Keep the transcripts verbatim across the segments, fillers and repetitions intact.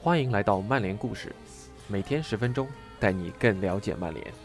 欢迎来到曼联故事，每天十分钟，带你更了解曼联。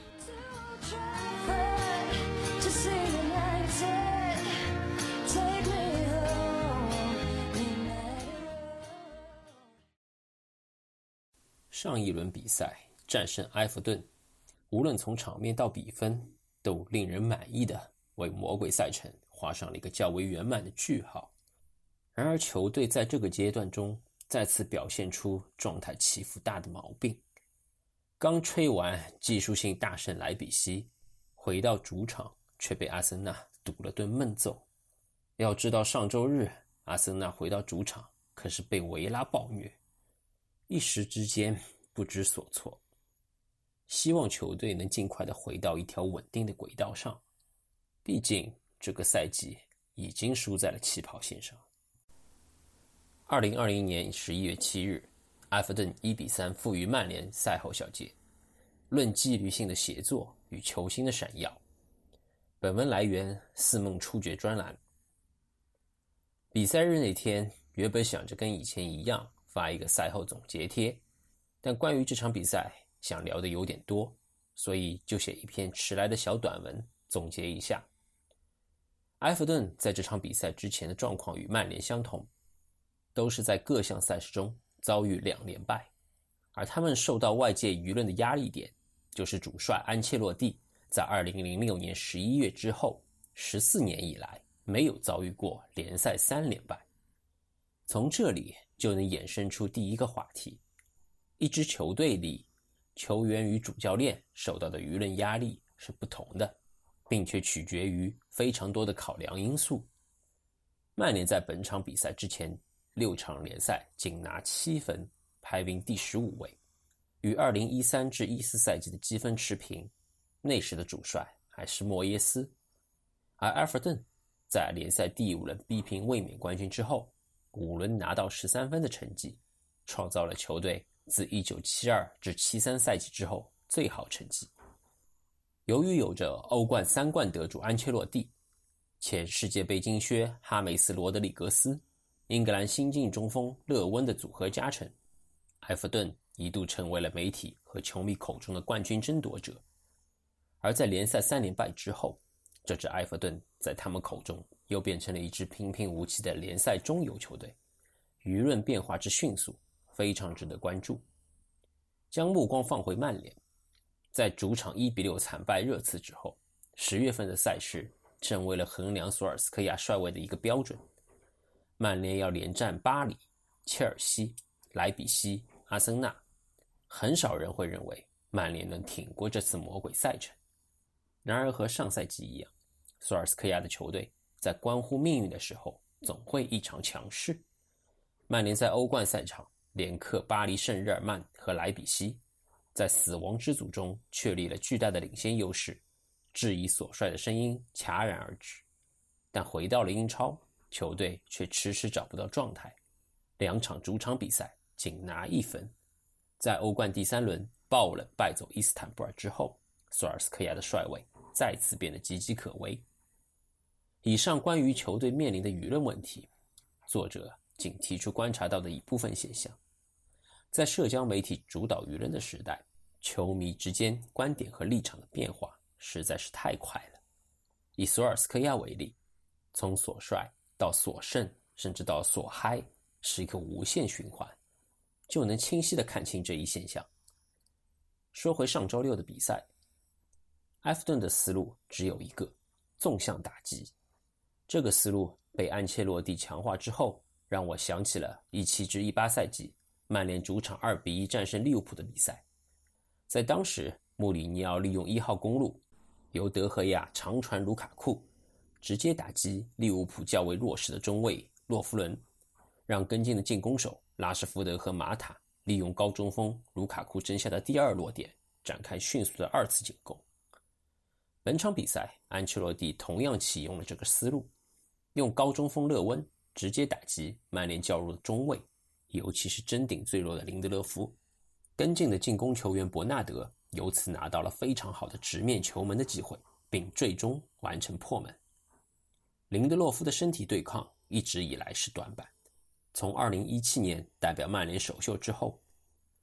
上一轮比赛战胜埃弗顿，无论从场面到比分，都令人满意的为魔鬼赛程画上了一个较为圆满的句号。然而球队在这个阶段中再次表现出状态起伏大的毛病。刚吹完技术性大胜莱比锡，回到主场却被阿森纳堵了顿闷揍。要知道上周日阿森纳回到主场可是被维拉暴虐，一时之间不知所措。希望球队能尽快的回到一条稳定的轨道上，毕竟这个赛季已经输在了起跑线上。二零二零年十一月七日，埃弗顿一比三负于曼联。赛后小结，论纪律性的协作与球星的闪耀。本文来源四梦初觉专栏。比赛日那天，原本想着跟以前一样发一个赛后总结贴，但关于这场比赛想聊的有点多，所以就写一篇迟来的小短文总结一下。埃弗顿在这场比赛之前的状况与曼联相同，都是在各项赛事中遭遇两连败，而他们受到外界舆论的压力点就是主帅安切洛蒂在二零零六年十一月之后十四年以来没有遭遇过联赛三连败。从这里就能衍生出第一个话题，一支球队里球员与主教练受到的舆论压力是不同的，并且取决于非常多的考量因素。曼联在本场比赛之前六场联赛仅拿七分，排名第十五位，与二零一三至一四赛季的积分持平，那时的主帅还是莫耶斯。而埃弗顿在联赛第五轮逼平卫冕冠军之后，五轮拿到十三分的成绩，创造了球队自一九七二至七三赛季之后最好成绩。由于有着欧冠三冠得主安切洛蒂、前世界杯金靴哈梅斯·罗德里格斯、英格兰新晋中锋勒温的组合加成，埃弗顿一度成为了媒体和球迷口中的冠军争夺者。而在联赛三连败之后，这支埃弗顿在他们口中又变成了一支平平无奇的联赛中游球队，舆论变化之迅速，非常值得关注。将目光放回曼联，在主场一比六惨败热刺之后，十月份的赛事成为了衡量索尔斯克亚帅位的一个标准。曼联要连战巴黎、切尔西、莱比锡、阿森纳，很少人会认为曼联能挺过这次魔鬼赛程。然而和上赛季一样，索尔斯克亚的球队在关乎命运的时候总会异常强势。曼联在欧冠赛场连克巴黎圣日耳曼和莱比锡，在死亡之组中确立了巨大的领先优势，质疑索帅的声音戛然而止。但回到了英超，球队却迟迟找不到状态，两场主场比赛仅拿一分。在欧冠第三轮爆冷败走伊斯坦布尔之后，索尔斯克亚的帅位再次变得岌岌可危。以上关于球队面临的舆论问题，作者仅提出观察到的一部分现象。在社交媒体主导舆论的时代，球迷之间观点和立场的变化实在是太快了。以索尔斯克亚为例，从索帅到索胜，甚至到索嗨，是一个无限循环，就能清晰地看清这一现象。说回上周六的比赛，埃弗顿的思路只有一个，纵向打击。这个思路被安切洛蒂强化之后，让我想起了一七至一八赛季曼联主场二比一战胜利物浦的比赛。在当时，穆里尼奥利用一号公路，由德赫亚长传卢卡库，直接打击利物浦较为弱势的中卫洛夫伦，让跟进的进攻手拉什福德和马塔利用高中锋卢卡库争下的第二落点，展开迅速的二次进攻。本场比赛，安切洛蒂同样启用了这个思路，用高中锋勒温直接打击曼联较弱的中卫，尤其是争顶最弱的林德勒夫。跟进的进攻球员伯纳德由此拿到了非常好的直面球门的机会，并最终完成破门。林德洛夫的身体对抗一直以来是短板，从二零一七年代表曼联首秀之后，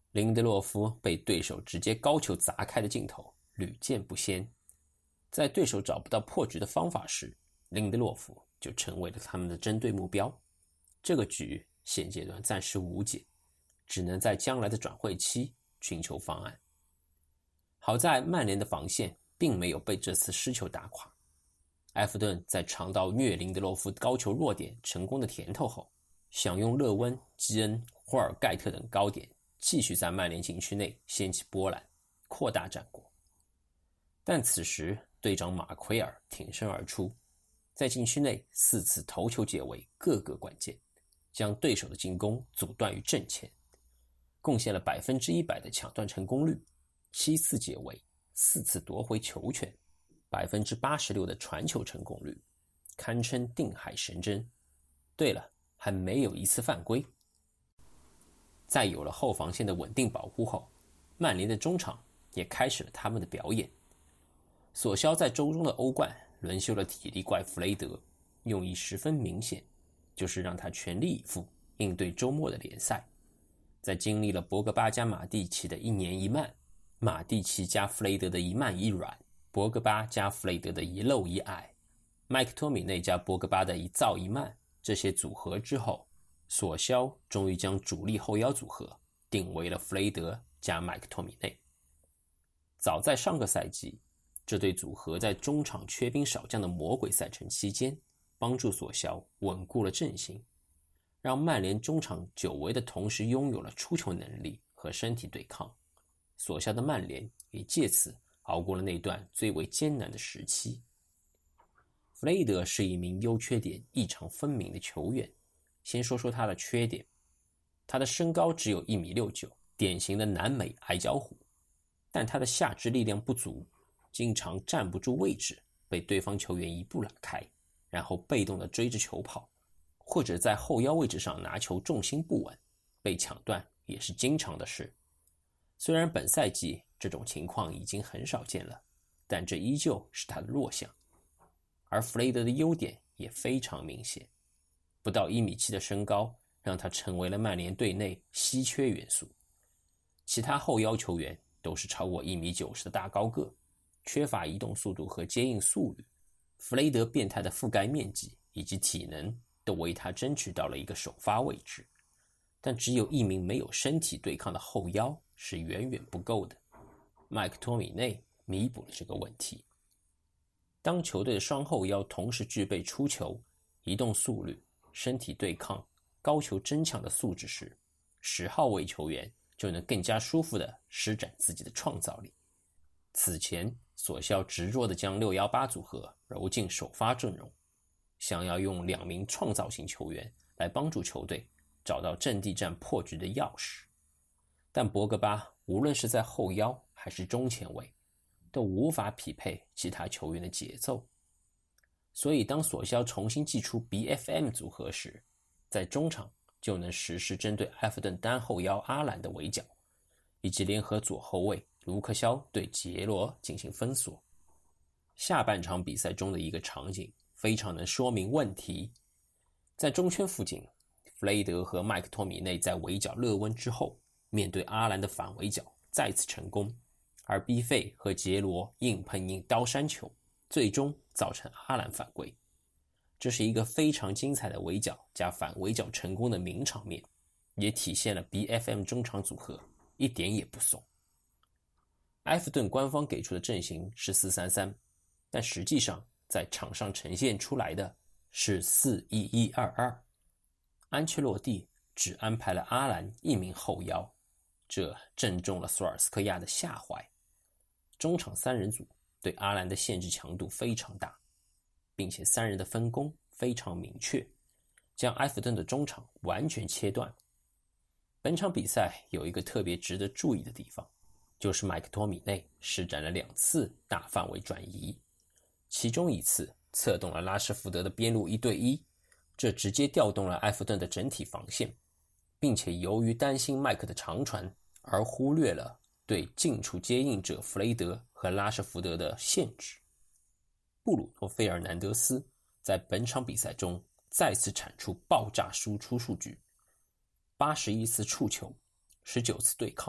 林德洛夫被对手直接高球砸开的镜头屡见不鲜。在对手找不到破局的方法时，林德洛夫就成为了他们的针对目标。这个局现阶段暂时无解，只能在将来的转会期寻求方案。好在曼联的防线并没有被这次失球打垮。埃弗顿在尝到虐林德洛夫高球弱点成功的甜头后，想用勒温、基恩、霍尔盖特等高点继续在曼联禁区内掀起波澜，扩大战果。但此时队长马奎尔挺身而出，在禁区内四次头球解围各个关键，将对手的进攻阻断于阵前，贡献了百分之一百的抢断成功率，七次解围，四次夺回球权，百分之八十六的传球成功率，堪称定海神针。对了，还没有一次犯规。在有了后防线的稳定保护后，曼联的中场也开始了他们的表演。索肖在周中的欧冠轮休了体力怪弗雷德，用意十分明显，就是让他全力以赴应对周末的联赛。在经历了博格巴加马蒂奇的一年一慢，马蒂奇加弗雷德的一慢一软，博格巴加弗雷德的一漏一矮，麦克托米内加博格巴的一躁一慢，这些组合之后，索肖终于将主力后腰组合定为了弗雷德加麦克托米内。早在上个赛季，这对组合在中场缺兵少将的魔鬼赛程期间，帮助索肖稳固了阵型，让曼联中场久违的同时拥有了出球能力和身体对抗。索肖的曼联也借此熬过了那段最为艰难的时期。弗雷德是一名优缺点异常分明的球员。先说说他的缺点，他的身高只有一米六九，典型的南美矮脚虎，但他的下肢力量不足，经常站不住位置，被对方球员一步拉开，然后被动地追着球跑，或者在后腰位置上拿球重心不稳，被抢断也是经常的事。虽然本赛季这种情况已经很少见了，但这依旧是他的弱项。而弗雷德的优点也非常明显，不到一米七的身高让他成为了曼联队内稀缺元素。其他后腰球员都是超过一米九十的大高个，缺乏移动速度和接应速率。弗雷德变态的覆盖面积以及体能都为他争取到了一个首发位置，但只有一名没有身体对抗的后腰是远远不够的。麦克托米内弥补了这个问题。当球队的双后腰同时具备出球、移动速率、身体对抗、高球争抢的素质时，十号位球员就能更加舒服地施展自己的创造力。此前，索肖执着地将六一八组合揉进首发阵容，想要用两名创造型球员来帮助球队找到阵地战破局的钥匙。但博格巴无论是在后腰还是中前卫，都无法匹配其他球员的节奏。所以当索肖重新祭出 B F M 组合时，在中场就能实施针对埃弗顿单后腰阿兰的围剿，以及联合左后卫卢克肖对杰罗进行封锁。下半场比赛中的一个场景非常能说明问题。在中圈附近，弗雷德和麦克托米内在围剿勒温之后，面对阿兰的反围剿再次成功，而 B 费和杰罗硬碰硬刀山球，最终造成阿兰犯规。这是一个非常精彩的围剿加反围剿成功的名场面，也体现了 B F M 中场组合一点也不怂。埃弗顿官方给出的阵型是四三三，但实际上在场上呈现出来的是四一一二二。安切洛蒂只安排了阿兰一名后腰，这正中了索尔斯克亚的下怀。中场三人组对阿兰的限制强度非常大，并且三人的分工非常明确，将埃弗顿的中场完全切断。本场比赛有一个特别值得注意的地方，就是麦克托米内施展了两次大范围转移，其中一次策动了拉什福德的边路一对一，这直接调动了埃弗顿的整体防线，并且由于担心麦克的长传而忽略了对近处接应者弗雷德和拉什福德的限制。布鲁诺·费尔南德斯在本场比赛中再次产出爆炸输出数据，八十一次触球，十九次对抗，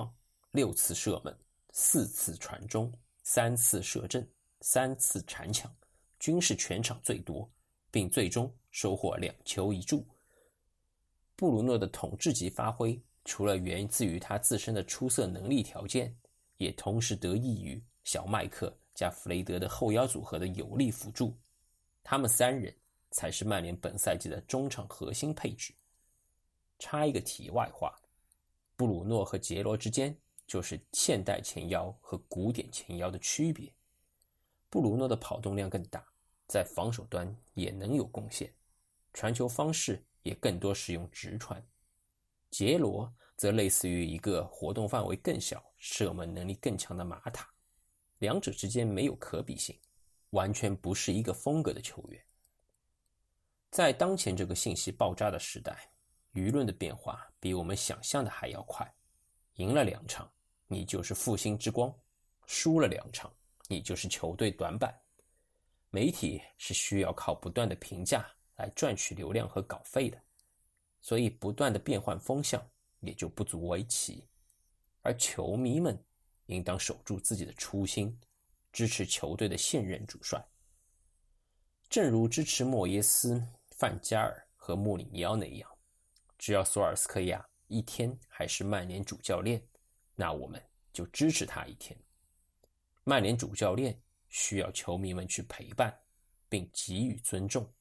六次射门，四次传中，三次射正，三次铲抢，均是全场最多，并最终收获两球一助。布鲁诺的统治级发挥，除了源自于他自身的出色能力条件，也同时得益于小麦克加弗雷德的后腰组合的有力辅助。他们三人才是曼联本赛季的中场核心配置。插一个题外话，布鲁诺和杰罗之间就是现代前腰和古典前腰的区别。布鲁诺的跑动量更大，在防守端也能有贡献，传球方式也更多使用直传。杰罗则类似于一个活动范围更小、射门能力更强的马塔，两者之间没有可比性，完全不是一个风格的球员。在当前这个信息爆炸的时代，舆论的变化比我们想象的还要快。赢了两场，你就是复兴之光；输了两场，你就是球队短板。媒体是需要靠不断的评价来赚取流量和稿费的，所以不断的变换风向也就不足为奇。而球迷们应当守住自己的初心，支持球队的现任主帅。正如支持莫耶斯、范加尔和穆里尼奥那样，只要索尔斯克亚一天还是曼联主教练，那我们就支持他一天。曼联主教练需要球迷们去陪伴，并给予尊重。